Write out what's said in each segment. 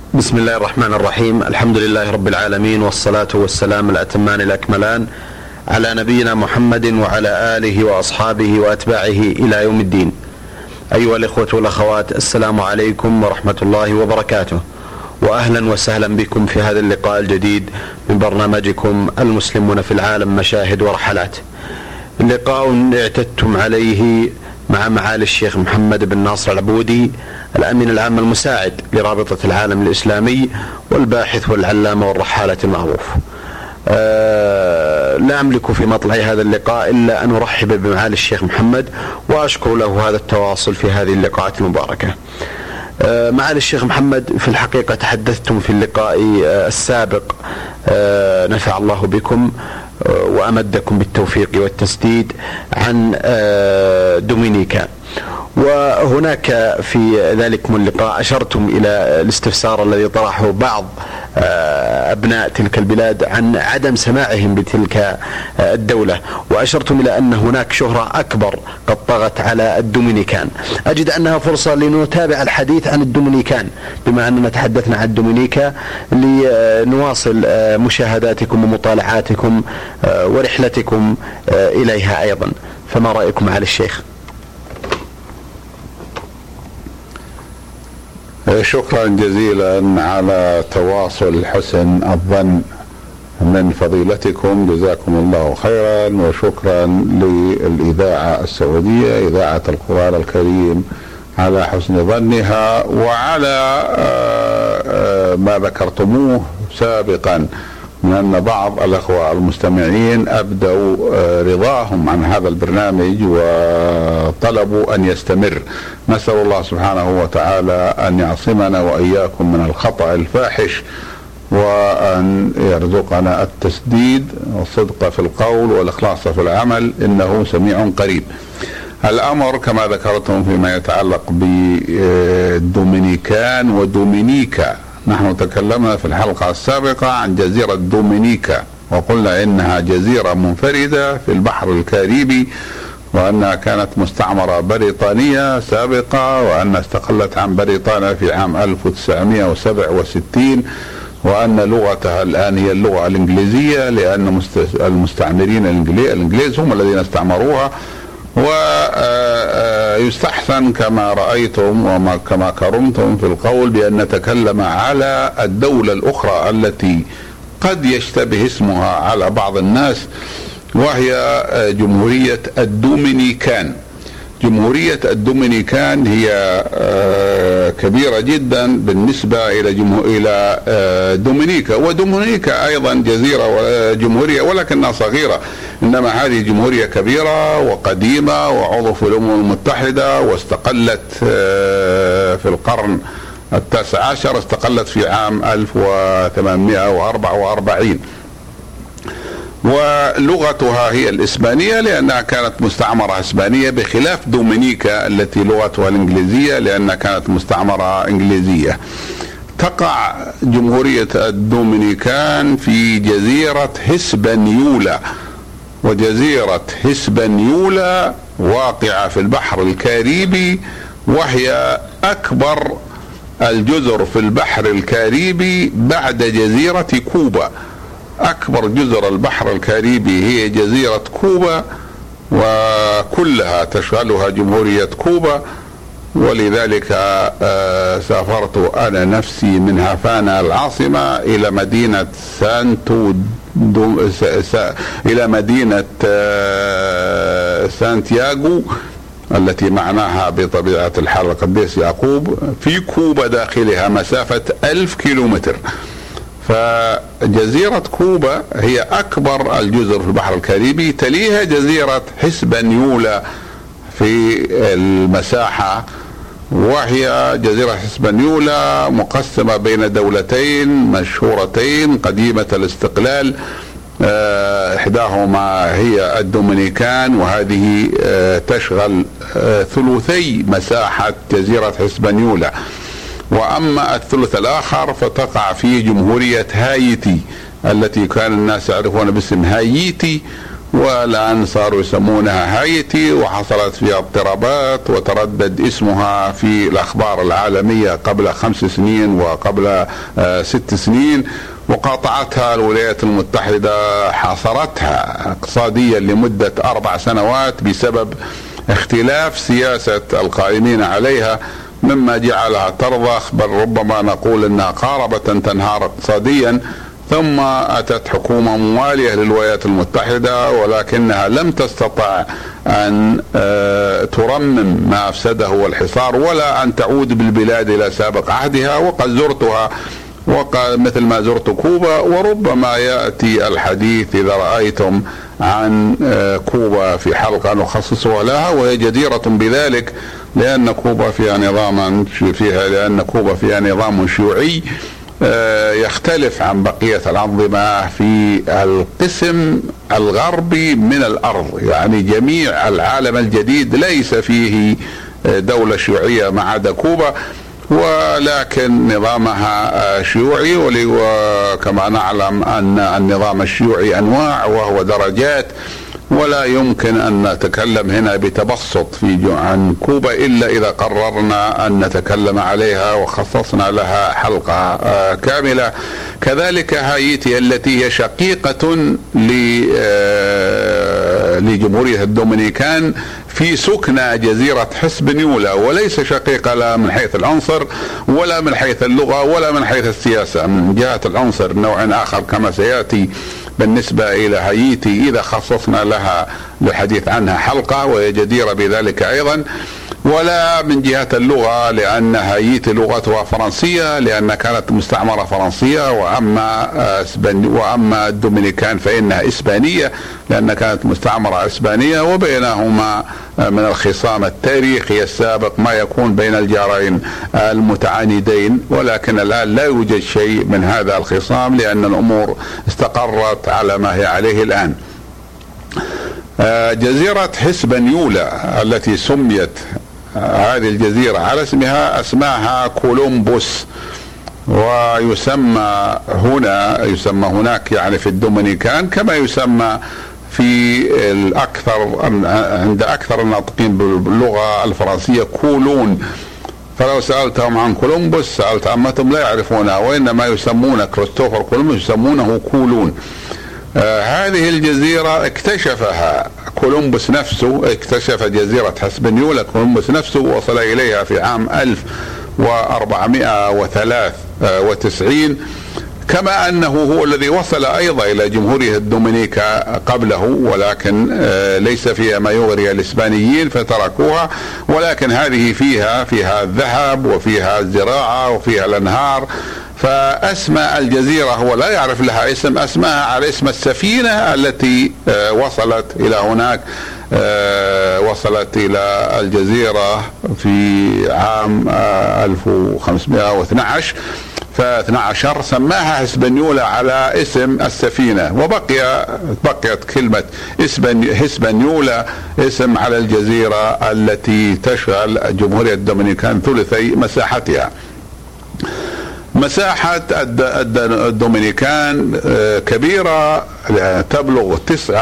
بسم الله الرحمن الرحيم. الحمد لله رب العالمين، والصلاة والسلام الأتمان الأكملان على نبينا محمد وعلى آله وأصحابه وأتباعه إلى يوم الدين. أيها الإخوة والأخوات، السلام عليكم ورحمة الله وبركاته، وأهلا وسهلا بكم في هذا اللقاء الجديد من برنامجكم المسلمون في العالم مشاهد ورحلات. اللقاء اعتدتم عليه مع معالي الشيخ محمد بن ناصر العبودي، الأمين العام المساعد لرابطة العالم الإسلامي والباحث والعلامة والرحالة المعروف. لا أملك في مطلع هذا اللقاء إلا أن أرحب بمعالي الشيخ محمد وأشكر له هذا التواصل في هذه اللقاءات المباركة. معالي الشيخ محمد، في الحقيقة تحدثتم في اللقاء السابق، نفع الله بكم وأمدكم بالتوفيق والتسديد، عن دومينيكا، وهناك في ذلكم اللقاء أشرتم إلى الاستفسار الذي طرحه بعض أبناء تلك البلاد عن عدم سماعهم بتلك الدولة، وأشرتم إلى أن هناك شهرة أكبر قد طغت على الدومينيكان. أجد أنها فرصة لنتابع الحديث عن الدومينيكان، بما أننا تحدثنا عن دومينيكا، لنواصل مشاهداتكم ومطالعاتكم ورحلتكم إليها أيضا. فما رأيكم على الشيخ؟ شكرا جزيلا على تواصل حسن الظن من فضيلتكم، جزاكم الله خيرا، وشكرا للإذاعة السعودية إذاعة القرآن الكريم على حسن ظنها وعلى ما ذكرتموه سابقا من أن بعض الأخوة المستمعين أبدوا رضاهم عن هذا البرنامج وطلبوا أن يستمر. نسأل الله سبحانه وتعالى أن يعصمنا وإياكم من الخطأ الفاحش، وأن يرزقنا التسديد والصدق في القول والإخلاص في العمل، إنه سميع قريب. الأمر كما ذكرتم فيما يتعلق بالدومينيكان ودومينيكا. نحن تكلمنا في الحلقة السابقة عن جزيرة دومينيكا، وقلنا إنها جزيرة منفردة في البحر الكاريبي، وأنها كانت مستعمرة بريطانية سابقة، وأنها استقلت عن بريطانيا في عام 1967، وأن لغتها الآن هي اللغة الإنجليزية، لأن المستعمرين الإنجليز هم الذين استعمروها. ويستحسن كما رأيتم وكما كرمتم في القول بأن نتكلم على الدولة الأخرى التي قد يشتبه اسمها على بعض الناس، وهي جمهورية الدومينيكان. جمهورية الدومينيكان هي كبيرة جدا بالنسبة إلى دومينيكا، ودومينيكا أيضا جزيرة جمهورية ولكنها صغيرة، إنما هذه جمهورية كبيرة وقديمة وعضو في الأمم المتحدة، واستقلت في القرن التاسع عشر، استقلت في عام 1844، ولغتها هي الإسبانية لأنها كانت مستعمرة إسبانية، بخلاف دومينيكا التي لغتها الإنجليزية لأنها كانت مستعمرة إنجليزية. تقع جمهورية الدومينيكان في جزيرة هسبانيولا، وجزيرة هسبانيولا واقعة في البحر الكاريبي، وهي أكبر الجزر في البحر الكاريبي بعد جزيرة كوبا. أكبر جزر البحر الكاريبي هي جزيرة كوبا، وكلها تشغلها جمهورية كوبا. ولذلك سافرت أنا نفسي من هافانا العاصمة إلى مدينة إلى مدينة سانتياغو التي معناها بطبيعة الحال القديس يعقوب، في كوبا داخلها مسافة 1000 كيلومتر. فجزيرة كوبا هي أكبر الجزر في البحر الكاريبي، تليها جزيرة هسبانيولا في المساحة، وهي جزيرة هسبانيولا مقسمة بين دولتين مشهورتين قديمة الاستقلال، إحداهما هي الدومينيكان، وهذه تشغل ثلثي مساحة جزيرة هسبانيولا. وأما الثلث الآخر فتقع في جمهورية هايتي التي كان الناس يعرفون باسم هايتي، والآن صاروا يسمونها هايتي، وحصلت فيها اضطرابات وتردد اسمها في الأخبار العالمية قبل 5 سنين وقبل 6 سنين، وقاطعتها الولايات المتحدة، حاصرتها اقتصاديا لمدة 4 سنوات بسبب اختلاف سياسة القائمين عليها، مما جعلها ترضخ، بل ربما نقول انها قاربت ان تنهار اقتصاديا. ثم اتت حكومة موالية للولايات المتحدة، ولكنها لم تستطع ان ترمم ما افسده الحصار ولا ان تعود بالبلاد الى سابق عهدها. وقد زرتها مثل ما زرت كوبا، وربما يأتي الحديث إذا رأيتم عن كوبا في حلقة نخصصها لها، وهي جديرة بذلك لأن كوبا فيها نظام شيوعي يختلف عن بقية الأنظمة في القسم الغربي من الأرض. يعني جميع العالم الجديد ليس فيه دولة شيوعية ما عدا كوبا، ولكن نظامها شيوعي. وكما نعلم أن النظام الشيوعي أنواع وهو درجات، ولا يمكن أن نتكلم هنا بتبسط عن كوبا إلا إذا قررنا أن نتكلم عليها وخصصنا لها حلقة كاملة. كذلك هايتي التي هي شقيقة لجمهورية الدومينيكان في سكنى جزيرة حسبنيولا، وليس شقيقة لا من حيث العنصر ولا من حيث اللغة ولا من حيث السياسة. من جهة العنصر نوع آخر كما سيأتي بالنسبة إلى هايتي إذا خصصنا لها للحديث عنها حلقة، وهي جديرة بذلك أيضا. ولا من جهة اللغة، لأن هايتي لغتها فرنسية لأنها كانت مستعمرة فرنسية، وأما الدومينيكان فإنها إسبانية لأنها كانت مستعمرة إسبانية. وبينهما من الخصام التاريخي السابق ما يكون بين الجارين المتعاندين، ولكن الآن لا يوجد شيء من هذا الخصام لأن الأمور استقرت على ما هي عليه الآن. جزيرة حسبنيولا التي سميت هذه الجزيرة على اسمها كولومبوس، ويسمى هناك يعني في الدومينيكان كما يسمى في عند أكثر الناطقين باللغة الفرنسية كولون. فلو سألتهم عن كولومبوس سألت عمتهم لا يعرفونها، وإنما يسمون كريستوفر كولومبوس يسمونه كولون. هذه الجزيرة اكتشفها كولومبوس نفسه، اكتشف جزيرة حسبنيولا كولومبوس نفسه، وصل إليها في عام 1493، كما أنه هو الذي وصل أيضا إلى جمهورية الدومينيكا قبله، ولكن ليس فيها ما يغري الإسبانيين فتركوها. ولكن هذه فيها الذهب وفيها الزراعة وفيها الأنهار. فأسمى الجزيرة هو لا يعرف لها اسم، أسماها على اسم السفينة التي وصلت إلى هناك، وصلت إلى الجزيرة في عام 1512 ف12 سماها حسبنيولا على اسم السفينة، بقيت كلمة حسبنيولا اسم على الجزيرة التي تشغل جمهورية الدومينيكان ثلثي مساحتها. مساحة الدومينيكان كبيرة تبلغ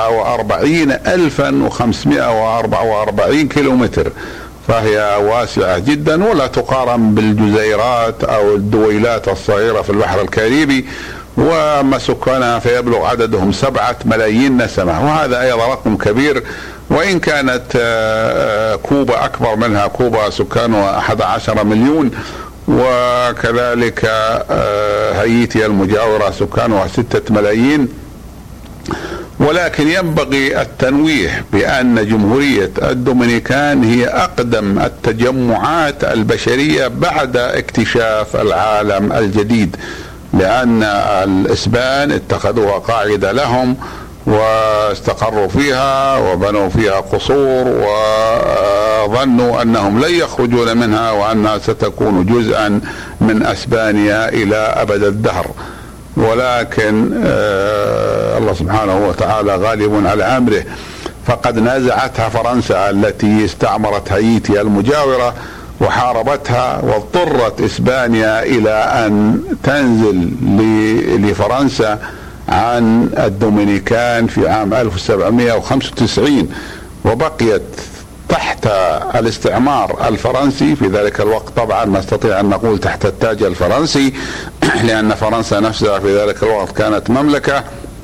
49,544 كيلومتر، فهي واسعة جدا ولا تقارن بالجزيرات أو الدويلات الصغيرة في البحر الكاريبي. وما سكانها فيبلغ عددهم 7 ملايين نسمة، وهذا أيضا رقم كبير. وإن كانت كوبا أكبر منها، كوبا سكانها 11 مليون، وكذلك هايتي المجاورة سكانها 6 ملايين. ولكن ينبغي التنويه بأن جمهورية الدومينيكان هي أقدم التجمعات البشرية بعد اكتشاف العالم الجديد، لأن الإسبان اتخذوها قاعدة لهم واستقروا فيها وبنوا فيها قصور، وظنوا أنهم لن يخرجون منها وأنها ستكون جزءا من أسبانيا إلى أبد الدهر. ولكن الله سبحانه وتعالى غالب على أمره، فقد نازعتها فرنسا التي استعمرت هايتي المجاورة وحاربتها، واضطرت إسبانيا إلى أن تنزل لفرنسا عن الدومينيكان في عام 1795 وبقيت تحت الاستعمار الفرنسي. في ذلك الوقت طبعا نستطيع ان نقول تحت التاج الفرنسي لان فرنسا نفسها في ذلك الوقت كانت مملكة،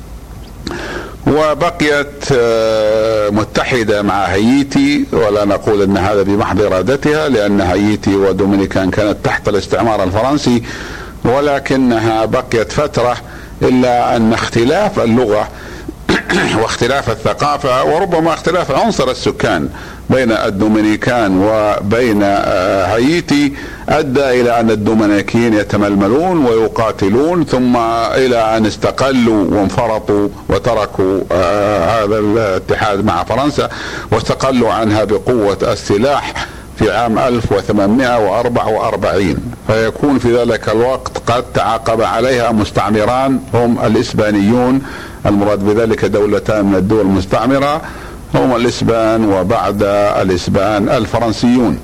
وبقيت متحدة مع هايتي، ولا نقول ان هذا بمحض ارادتها لان هايتي ودومينيكان كانت تحت الاستعمار الفرنسي، ولكنها بقيت فترة، الا ان اختلاف اللغة واختلاف الثقافة وربما اختلاف عنصر السكان بين الدومينيكان وبين هايتي ادى الى ان الدومينيكيين يتململون ويقاتلون، ثم الى ان استقلوا وانفرطوا وتركوا هذا الاتحاد مع فرنسا واستقلوا عنها بقوة السلاح في عام 1844. فيكون في ذلك الوقت قد تعاقب عليها مستعمران هم الإسبانيون، المراد بذلك دولتان من الدول المستعمرة هم الإسبان، وبعد الإسبان الفرنسيون.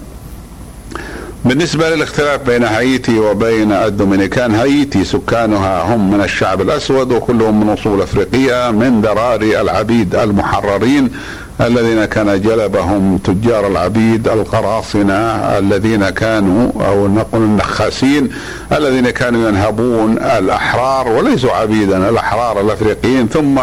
بالنسبة للاختلاف بين هايتي وبين الدومينيكان، هايتي سكانها هم من الشعب الأسود وكلهم من أصول أفريقية، من ذراري العبيد المحررين الذين كان جلبهم تجار العبيد القراصنة الذين كانوا او نقول النخاسين الذين كانوا ينهبون الاحرار وليسوا عبيدا، الاحرار الافريقيين، ثم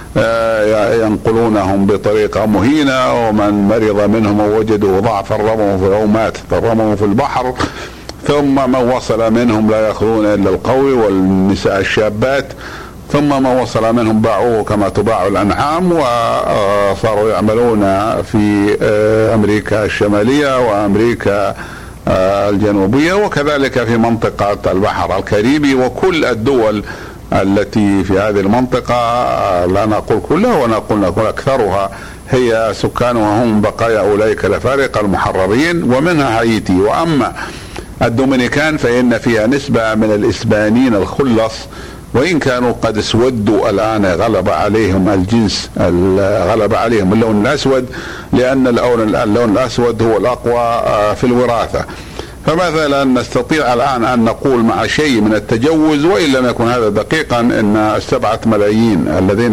ينقلونهم بطريقة مهينة، ومن مرض منهم ووجدوا ضعفا رموا في العومات رموا في البحر، ثم من وصل منهم لا يأخذون الا القوي والنساء الشابات، ثم ما وصل منهم باعوه كما تباع الأنعام، وصاروا يعملون في أمريكا الشمالية وأمريكا الجنوبية، وكذلك في منطقة البحر الكاريبي وكل الدول التي في هذه المنطقة. لا نقول كلها ونقول أكثرها هي سكانها هم بقايا أولئك الأفارقة المحررين، ومنها هايتي. وأما الدومينيكان فإن فيها نسبة من الإسبانيين الخلص، وإن كانوا قد اسودوا الآن، غلب عليهم الجنس، غلب عليهم اللون الأسود، لأن اللون الأسود هو الأقوى في الوراثة. فمثلا نستطيع الآن أن نقول مع شيء من التجوز، وإن لم يكن هذا دقيقا، أن 7 ملايين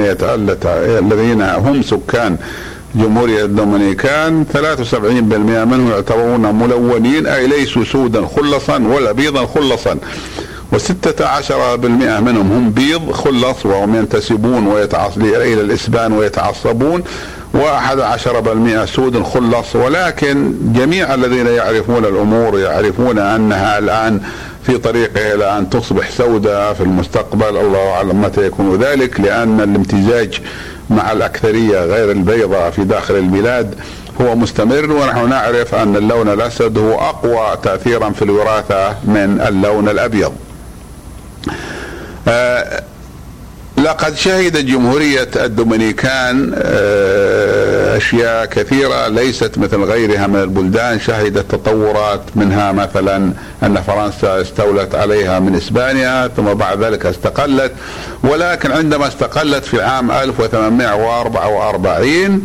الذين هم سكان جمهورية الدومينيكان 73% منهم يعتبرون ملونين، أي ليسوا سودا خلصا ولا بيضا خلصا، و16% منهم هم بيض خلص وهم ينتسبون إلى الإسبان ويتعصبون، و11% سود خلص. ولكن جميع الذين يعرفون الأمور يعرفون أنها الآن في طريقها إلى أن تصبح سوداء في المستقبل، الله أعلم متى يكون ذلك، لأن الامتزاج مع الأكثرية غير البيضاء في داخل البلاد هو مستمر، ونحن نعرف أن اللون الأسود هو أقوى تأثيرا في الوراثة من اللون الأبيض. لقد شهدت جمهورية الدومينيكان أشياء كثيرة ليست مثل غيرها من البلدان، شهدت تطورات، منها مثلا أن فرنسا استولت عليها من إسبانيا، ثم بعد ذلك استقلت، ولكن عندما استقلت في عام 1844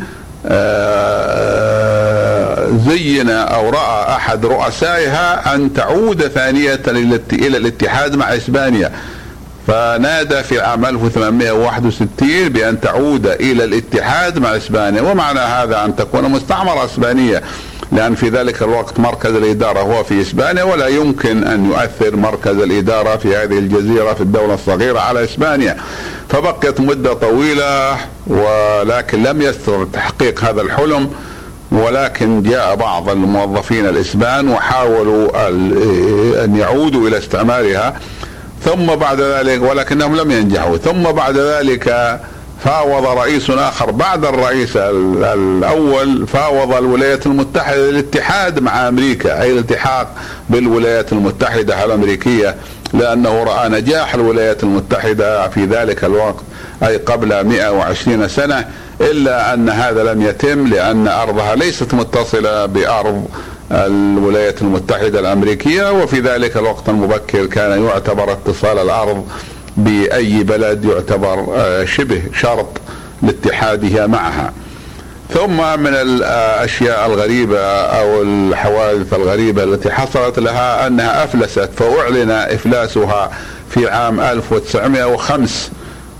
زين أو رأى أحد رؤسائها أن تعود ثانية إلى الاتحاد مع إسبانيا، فنادى في عام 1861 بأن تعود إلى الاتحاد مع إسبانيا. ومعنى هذا أن تكون مستعمرة إسبانية، لأن في ذلك الوقت مركز الإدارة هو في إسبانيا، ولا يمكن أن يؤثر مركز الإدارة في هذه الجزيرة في الدولة الصغيرة على إسبانيا. فبقيت مدة طويلة، ولكن لم يستطع تحقيق هذا الحلم، ولكن جاء بعض الموظفين الإسبان وحاولوا أن يعودوا إلى استعمارها، ثم بعد ذلك ولكنهم لم ينجحوا. ثم بعد ذلك فاوض رئيس آخر بعد الرئيس الأول، فاوض الولايات المتحدة الاتحاد مع أمريكا، أي الالتحاق بالولايات المتحدة الأمريكية، لأنه رأى نجاح الولايات المتحدة في ذلك الوقت، أي قبل 120 سنة، إلا أن هذا لم يتم لأن أرضها ليست متصلة بأرض الولايات المتحدة الأمريكية، وفي ذلك الوقت المبكر كان يعتبر اتصال الأرض بأي بلد يعتبر شبه شرط لاتحادها معها. ثم من الأشياء الغريبة أو الحوادث الغريبة التي حصلت لها أنها أفلست، فأعلن إفلاسها في عام 1905،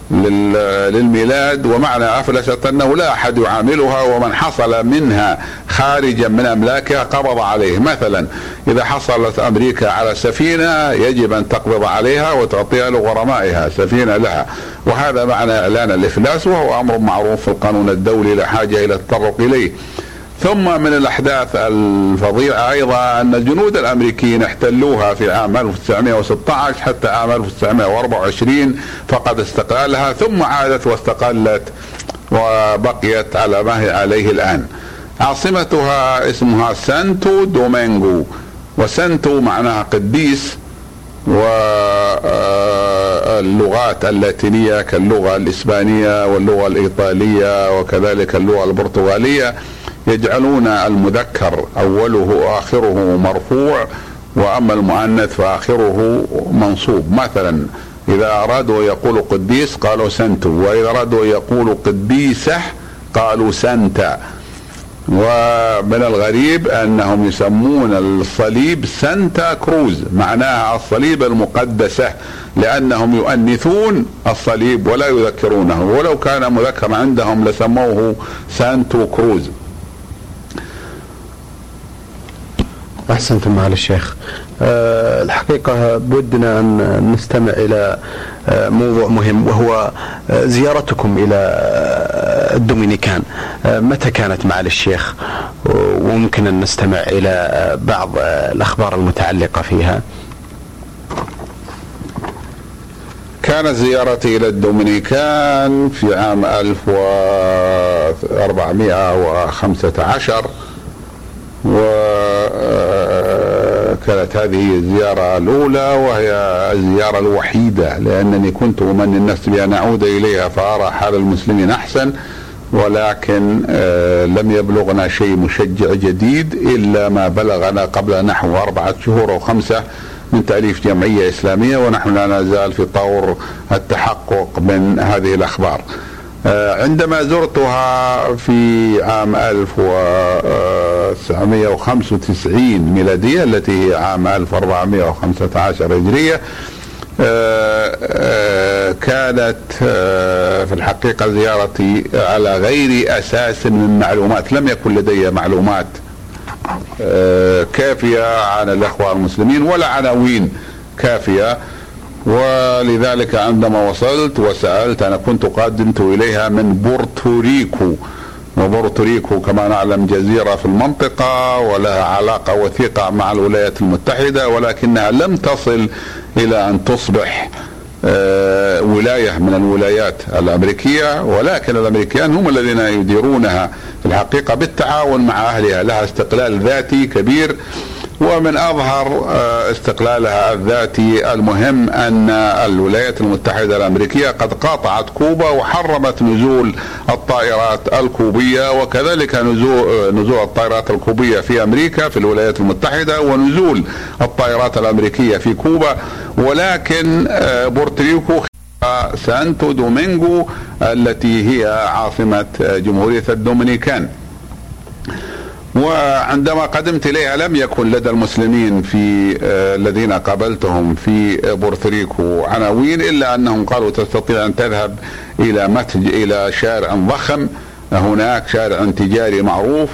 للميلاد، ومعنى أفلست أنه لا أحد يعاملها، ومن حصل منها خارجا من أملاكها قبض عليه. مثلا إذا حصلت أمريكا على سفينة يجب أن تقبض عليها وتعطيها لغرمائها، سفينة لها، وهذا معنى إعلان الإفلاس، وهو أمر معروف في القانون الدولي لا حاجة إلى التطرق إليه. ثم من الأحداث الفظيعة أيضا أن الجنود الأمريكيين احتلوها في عام 1916 حتى عام 1924 فقد استقلالها، ثم عادت واستقلت وبقيت على ما هي عليه الآن. عاصمتها اسمها سانتو دومينغو، وسانتو معناها قديس، واللغات اللاتينية كاللغة الإسبانية واللغة الإيطالية وكذلك اللغة البرتغالية يجعلون المذكر أوله وآخره مرفوع، وأما المؤنث فآخره منصوب. مثلا إذا أرادوا يقولوا قديس قالوا سنتو، وإذا أرادوا يقولوا قديسة قالوا سانتا. ومن الغريب أنهم يسمون الصليب سانتا كروز، معناها الصليب المقدسة، لأنهم يؤنثون الصليب ولا يذكرونه، ولو كان مذكر عندهم لسموه سانتو كروز. أحسنتم معالي الشيخ. الحقيقة بودنا أن نستمع إلى موضوع مهم، وهو زيارتكم إلى الدومينيكان. متى كانت معالي الشيخ؟ وممكن أن نستمع إلى بعض الأخبار المتعلقة فيها. كانت زيارتي إلى الدومينيكان في عام 1415، وكانت هذه الزيارة الأولى وهي الزيارة الوحيدة، لأنني كنت أمني النفس بأن أعود إليها فأرى حال المسلمين أحسن، ولكن لم يبلغنا شيء مشجع جديد إلا ما بلغنا قبل نحو 4 شهور أو 5 من تأليف جمعية إسلامية، ونحن لا نزال في طور التحقق من هذه الأخبار. عندما زرتها في عام 1995 ميلادية التي هي عام 1415 هجرية، كانت في الحقيقة زيارتي على غير أساس من معلومات، لم يكن لدي معلومات كافية عن الأخوة المسلمين ولا عناوين كافية، ولذلك عندما وصلت وسألت، أنا كنت قدمت إليها من بورتوريكو، وبورتوريكو كما نعلم جزيرة في المنطقة ولها علاقة وثيقة مع الولايات المتحدة، ولكنها لم تصل إلى أن تصبح ولاية من الولايات الأمريكية، ولكن الأمريكان هم الذين يديرونها في الحقيقة بالتعاون مع أهلها. لها استقلال ذاتي كبير، ومن أظهر استقلالها الذاتي المهم أن الولايات المتحدة الأمريكية قد قاطعت كوبا وحرمت نزول الطائرات الكوبية، وكذلك نزول الطائرات الكوبية في أمريكا في الولايات المتحدة، ونزول الطائرات الأمريكية في كوبا. ولكن بورتوريكو سانتو دومينغو التي هي عاصمة جمهورية الدومينيكان. وعندما قدمت إليها لم يكن لدى المسلمين في الذين قابلتهم في بورتوريكو عناوين، إلا أنهم قالوا تستطيع أن تذهب إلى شارع ضخم هناك، شارع تجاري معروف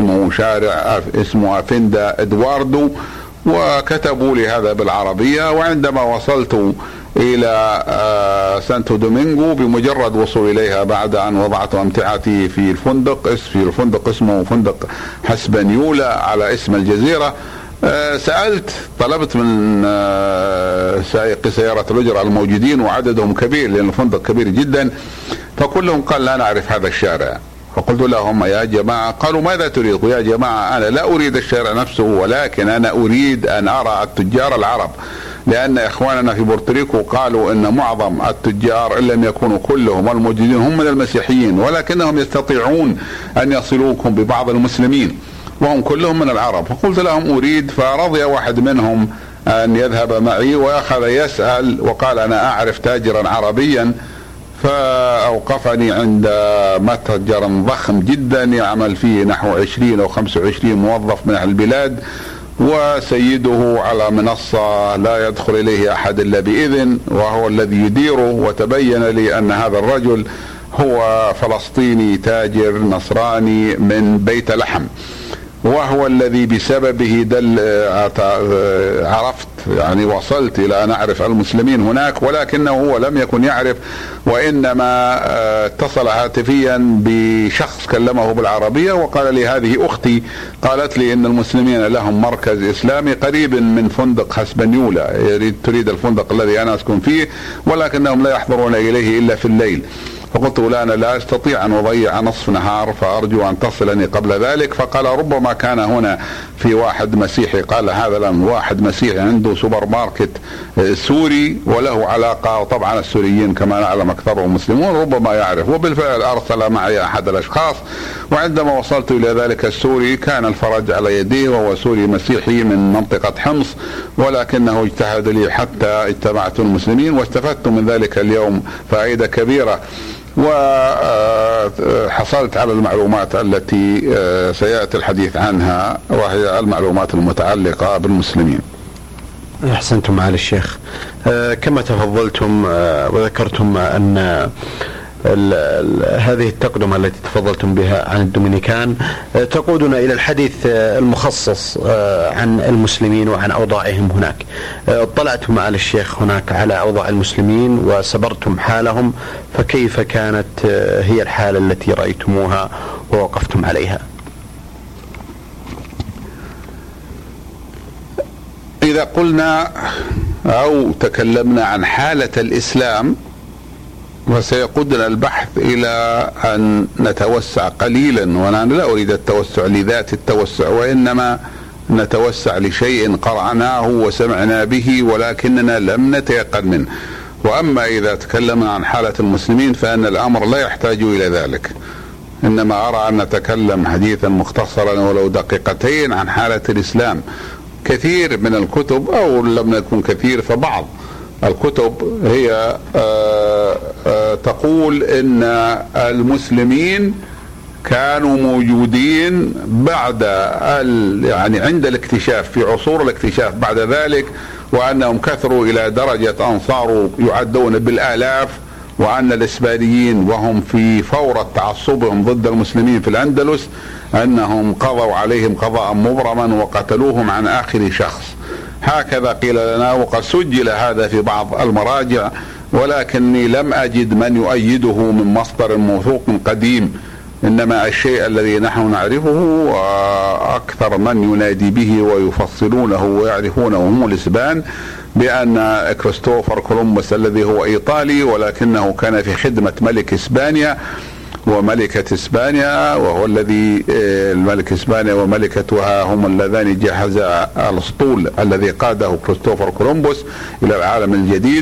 اسمه أفندا إدواردو، وكتبوا لي هذا بالعربية. وعندما وصلت إلى سانتو دومينغو بمجرد وصول إليها بعد أن وضعت أمتعتي في الفندق اسمه فندق حسبانيولا على اسم الجزيرة، طلبت من سائقي سيارة الأجرة الموجودين وعددهم كبير لأن الفندق كبير جدا، فكلهم قال لا نعرف هذا الشارع. فقلت لهم يا جماعة، قالوا ماذا تريد؟ يا جماعة أنا لا أريد الشارع نفسه، ولكن أنا أريد أن أرى التجار العرب، لأن إخواننا في بورتوريكو قالوا أن معظم التجار إن لم يكونوا كلهم الموجودين هم من المسيحيين، ولكنهم يستطيعون أن يصلوكم ببعض المسلمين وهم كلهم من العرب. فقلت لهم أريد، فرضي واحد منهم أن يذهب معي وأخذ يسأل وقال أنا أعرف تاجرا عربيا، فأوقفني عند متجر ضخم جدا يعمل فيه نحو 20 أو 25 موظف من أهل البلاد، وسيده على منصة لا يدخل إليه أحد إلا بإذن، وهو الذي يديره. وتبين لي أن هذا الرجل هو فلسطيني تاجر نصراني من بيت لحم، وهو الذي بسببه عرفت، يعني وصلت إلى أن أعرف المسلمين هناك، ولكنه هو لم يكن يعرف، وإنما اتصل هاتفيا بشخص كلمه بالعربية وقال لي هذه أختي قالت لي إن المسلمين لهم مركز إسلامي قريب من فندق حسبنيولا، تريد الفندق الذي أنا أسكن فيه، ولكنهم لا يحضرون إليه إلا في الليل. فقلت له أنا لا أستطيع أن أضيع نصف نهار، فأرجو أن تصلني قبل ذلك. فقال ربما كان هنا في واحد مسيحي، قال هذا لم واحد مسيحي عنده سوبر ماركت سوري وله علاقة، وطبعا السوريين كما نعلم أكثرهم مسلمون ربما يعرف. وبالفعل أرسل معي أحد الأشخاص، وعندما وصلت إلى ذلك السوري كان الفرج على يديه، وهو سوري مسيحي من منطقة حمص، ولكنه اجتهد لي حتى اجتمعت المسلمين، واستفدت من ذلك اليوم فائدة كبيرة، وحصلت على المعلومات التي سيأتي الحديث عنها، وهي المعلومات المتعلقة بالمسلمين. أحسنتم معالي الشيخ. كما تفضلتم وذكرتم أن هذه التقدمة التي تفضلتم بها عن الدومينيكان تقودنا إلى الحديث المخصص عن المسلمين وعن أوضاعهم هناك. اطلعتم معالي الشيخ هناك على أوضاع المسلمين وسبرتم حالهم، فكيف كانت هي الحالة التي رأيتموها ووقفتم عليها؟ إذا قلنا أو تكلمنا عن حالة الإسلام، وسيقودنا البحث إلى أن نتوسع قليلا، وأنا لا أريد التوسع لذات التوسع، وإنما نتوسع لشيء قرأناه وسمعنا به ولكننا لم نتيقن منه. وأما إذا تكلمنا عن حالة المسلمين فإن الأمر لا يحتاج إلى ذلك، إنما أرى أن نتكلم حديثا مختصرا ولو دقيقتين عن حالة الإسلام. كثير من الكتب، أو لم يكن كثير فبعض الكتب، هي تقول ان المسلمين كانوا موجودين بعد يعني عند الاكتشاف، في عصور الاكتشاف بعد ذلك، وانهم كثروا الى درجة ان صاروا يعدون بالالاف، وان الاسبانيين وهم في فورة تعصبهم ضد المسلمين في الاندلس انهم قضوا عليهم قضاء مبرما وقتلوهم عن اخر شخص. هكذا قيل لنا، وقد سجل هذا في بعض المراجع، ولكني لم أجد من يؤيده من مصدر موثوق قديم. إنما الشيء الذي نحن نعرفه وأكثر من ينادي به ويفصلونه ويعرفونه هم الإسبان، بأن كريستوفر كولومبوس الذي هو إيطالي ولكنه كان في خدمة ملك إسبانيا وملكة إسبانيا، وهو الذي الملك إسبانيا وملكتها هم اللذان جهزا الأسطول الذي قاده كريستوفر كولومبوس إلى العالم الجديد.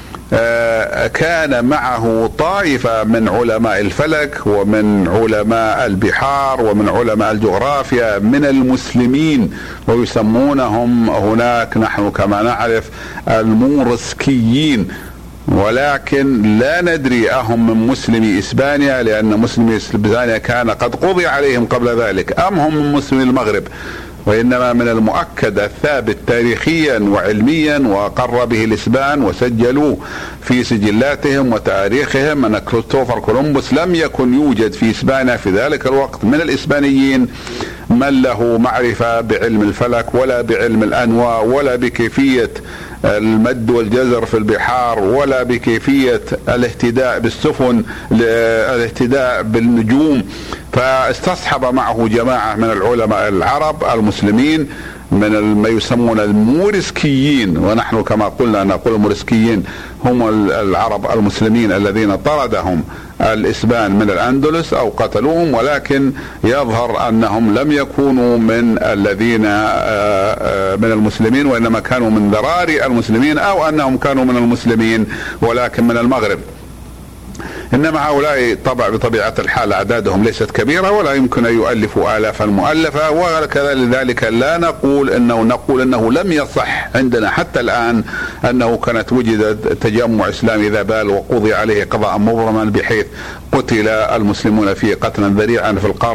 كان معه طائفة من علماء الفلك ومن علماء البحار ومن علماء الجغرافيا من المسلمين، ويسمونهم هناك نحن كما نعرف المورسكيين، ولكن لا ندري أهم من مسلمي إسبانيا، لأن مسلمي إسبانيا كان قد قضي عليهم قبل ذلك، أم هم من مسلمي المغرب. وإنما من المؤكد الثابت تاريخيا وعلميا وأقر به الإسبان وسجلوه في سجلاتهم وتاريخهم أن كريستوفر كولومبوس لم يكن يوجد في إسبانيا في ذلك الوقت من الإسبانيين من له معرفة بعلم الفلك ولا بعلم الأنواع ولا بكيفية المد والجزر في البحار ولا بكيفية الاهتداء بالسفن، الاهتداء بالنجوم. فاستصحب معه جماعة من العلماء العرب المسلمين من ما يسمون المورسكيين، ونحن كما قلنا نقول المورسكيين هم العرب المسلمين الذين طردهم الإسبان من الأندلس أو قتلوهم، ولكن يظهر أنهم لم يكونوا من الذين من المسلمين، وإنما كانوا من ذراري المسلمين، أو أنهم كانوا من المسلمين ولكن من المغرب. إنما هؤلاء طبعا بطبيعة الحال أعدادهم ليست كبيرة ولا يمكن أن يؤلفوا آلافا مؤلفة، وكذلك لا نقول أنه لم يصح عندنا حتى الآن أنه كانت وجدت تجمع إسلامي ذا بال وقضي عليه قضاء مبرما بحيث قتل المسلمون فيه قتلا ذريعا في القرن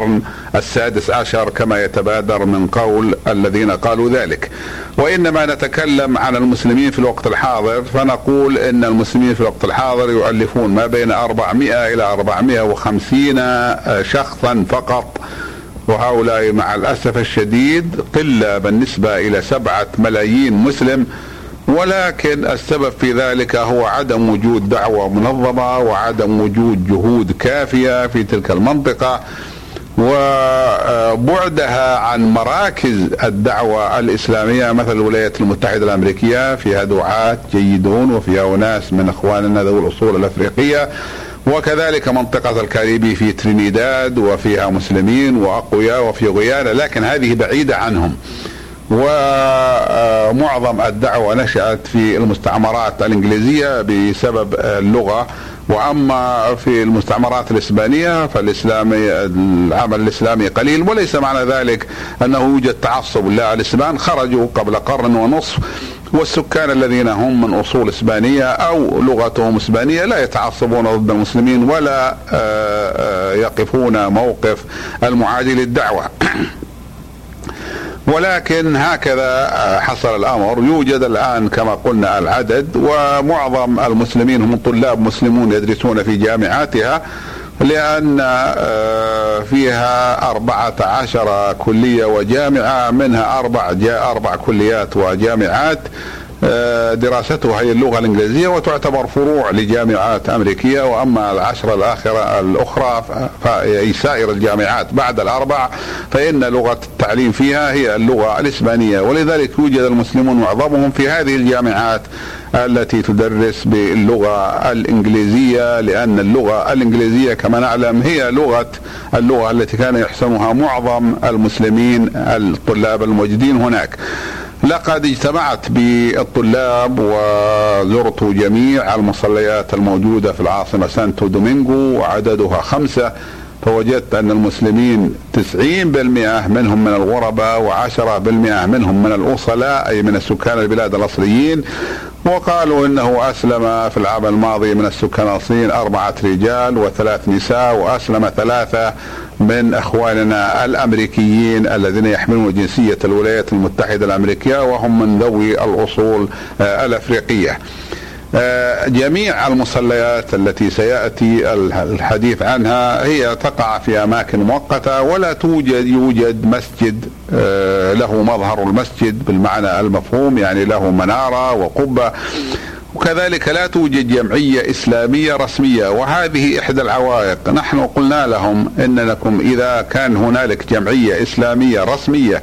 السادس عشر كما يتبادر من قول الذين قالوا ذلك. وإنما نتكلم عن المسلمين في الوقت الحاضر، فنقول إن المسلمين في الوقت الحاضر يؤلفون ما بين 400 إلى 450 شخصا فقط، وهؤلاء مع الأسف الشديد قلة بالنسبة إلى 7 ملايين مسلم. ولكن السبب في ذلك هو عدم وجود دعوة منظمة وعدم وجود جهود كافية في تلك المنطقة، وبعدها عن مراكز الدعوة الإسلامية مثل الولايات المتحدة الأمريكية، فيها دعاة جيدون وفيها أناس من أخواننا ذوي الأصول الأفريقية، وكذلك منطقة الكاريبي في ترينيداد وفيها مسلمين وأقوياء، وفي غيانا، لكن هذه بعيدة عنهم. ومعظم الدعوة نشأت في المستعمرات الإنجليزية بسبب اللغة، وأما في المستعمرات الإسبانية العمل الإسلامي قليل. وليس معنى ذلك أنه يوجد تعصب، لا، الإسبان خرجوا قبل قرن ونصف، والسكان الذين هم من أصول إسبانية أو لغتهم إسبانية لا يتعصبون ضد المسلمين ولا يقفون موقف المعادي للدعوة. ولكن هكذا حصل الأمر. يوجد الآن كما قلنا العدد، ومعظم المسلمين هم طلاب مسلمون يدرسون في جامعاتها، لأن فيها 14 كلية وجامعة، منها 4 كليات وجامعات دراستها هي اللغة الإنجليزية وتعتبر فروع لجامعات أمريكية. وأما 10 الأخرى فهي سائر الجامعات بعد 4 فإن لغة التعليم فيها هي اللغة الإسبانية. ولذلك يوجد المسلمون معظمهم في هذه الجامعات التي تدرس باللغة الإنجليزية، لأن اللغة الإنجليزية كما نعلم هي اللغة التي كان يحسنها معظم المسلمين الطلاب الموجودين هناك. لقد اجتمعت بالطلاب وزرت جميع المصليات الموجودة في العاصمة سانتو دومينغو وعددها 5، فوجدت أن المسلمين 90% منهم من الغرباء و10% منهم من الأصلاء أي من السكان البلاد الأصليين. وقالوا إنه أسلم في العام الماضي من السكان الأصليين 4 رجال و3 نساء، وأسلم 3 من أخواننا الأمريكيين الذين يحملون جنسية الولايات المتحدة الأمريكية وهم من ذوي الأصول الأفريقية. جميع المصليات التي سيأتي الحديث عنها هي تقع في أماكن مؤقتة، ولا يوجد مسجد له مظهر المسجد بالمعنى المفهوم، يعني له منارة وقبة، وكذلك لا توجد جمعية إسلامية رسمية، وهذه إحدى العوائق. نحن قلنا لهم إنكم إذا كان هنالك جمعية إسلامية رسمية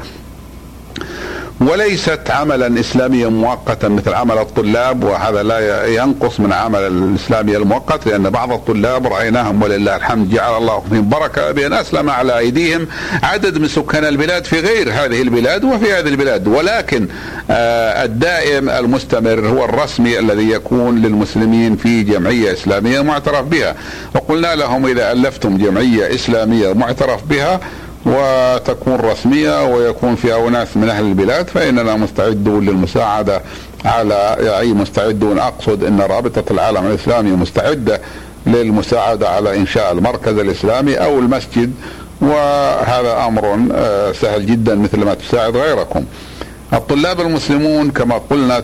وليست عملا إسلاميا مؤقتا مثل عمل الطلاب، وهذا لا ينقص من عمل الإسلامي المؤقت، لأن بعض الطلاب رأيناهم ولله الحمد جعل الله فيهم بركة بأن أسلم على أيديهم عدد من سكان البلاد في غير هذه البلاد وفي هذه البلاد. ولكن الدائم المستمر هو الرسمي الذي يكون للمسلمين في جمعية إسلامية معترف بها. وقلنا لهم إذا ألفتم جمعية إسلامية معترف بها وتكون رسمية ويكون فيها أناس من أهل البلاد فإننا مستعدون للمساعدة مستعدون، أقصد أن رابطة العالم الإسلامي مستعدة للمساعدة على إنشاء المركز الإسلامي أو المسجد، وهذا أمر سهل جدا مثل ما تساعد غيركم. الطلاب المسلمون كما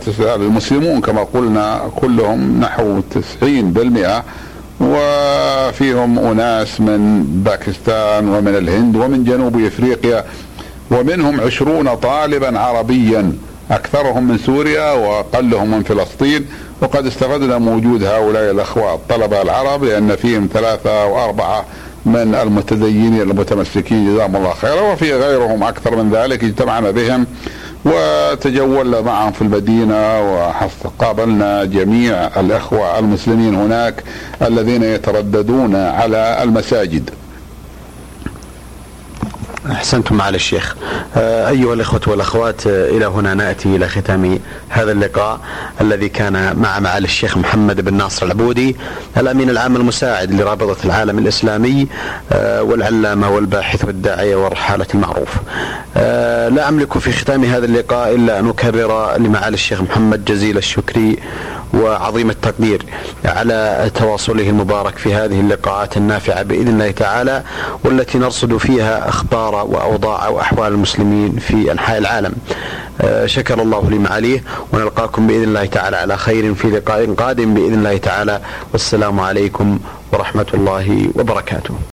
قلنا كلهم نحو 90%، وفيهم أناس من باكستان ومن الهند ومن جنوب إفريقيا، ومنهم 20 طالبا عربيا، أكثرهم من سوريا وأقلهم من فلسطين. وقد استفدنا من وجود هؤلاء الأخوة الطلبة العرب، لأن فيهم 3 أو 4 من المتدينين المتمسكين جزاهم الله خيرا، وفي غيرهم أكثر من ذلك اجتمعنا بهم وتجولنا معهم في المدينة، وقابلنا جميع الأخوة المسلمين هناك الذين يترددون على المساجد. أحسنتم معالي الشيخ. أيها الإخوة والأخوات، إلى هنا نأتي إلى ختام هذا اللقاء الذي كان مع معالي الشيخ محمد بن ناصر العبودي، الأمين العام المساعد لرابطة العالم الإسلامي والعلامة والباحث والداعية والرحالة المعروف. لا أملك في ختام هذا اللقاء إلا أن أكرر لمعالي الشيخ محمد جزيل الشكر وعظيم التقدير على تواصله المبارك في هذه اللقاءات النافعة بإذن الله تعالى، والتي نرصد فيها أخبار وأوضاع وأحوال المسلمين في أنحاء العالم. شكر الله لمعاليه، ونلقاكم بإذن الله تعالى على خير في لقاء قادم بإذن الله تعالى، والسلام عليكم ورحمة الله وبركاته.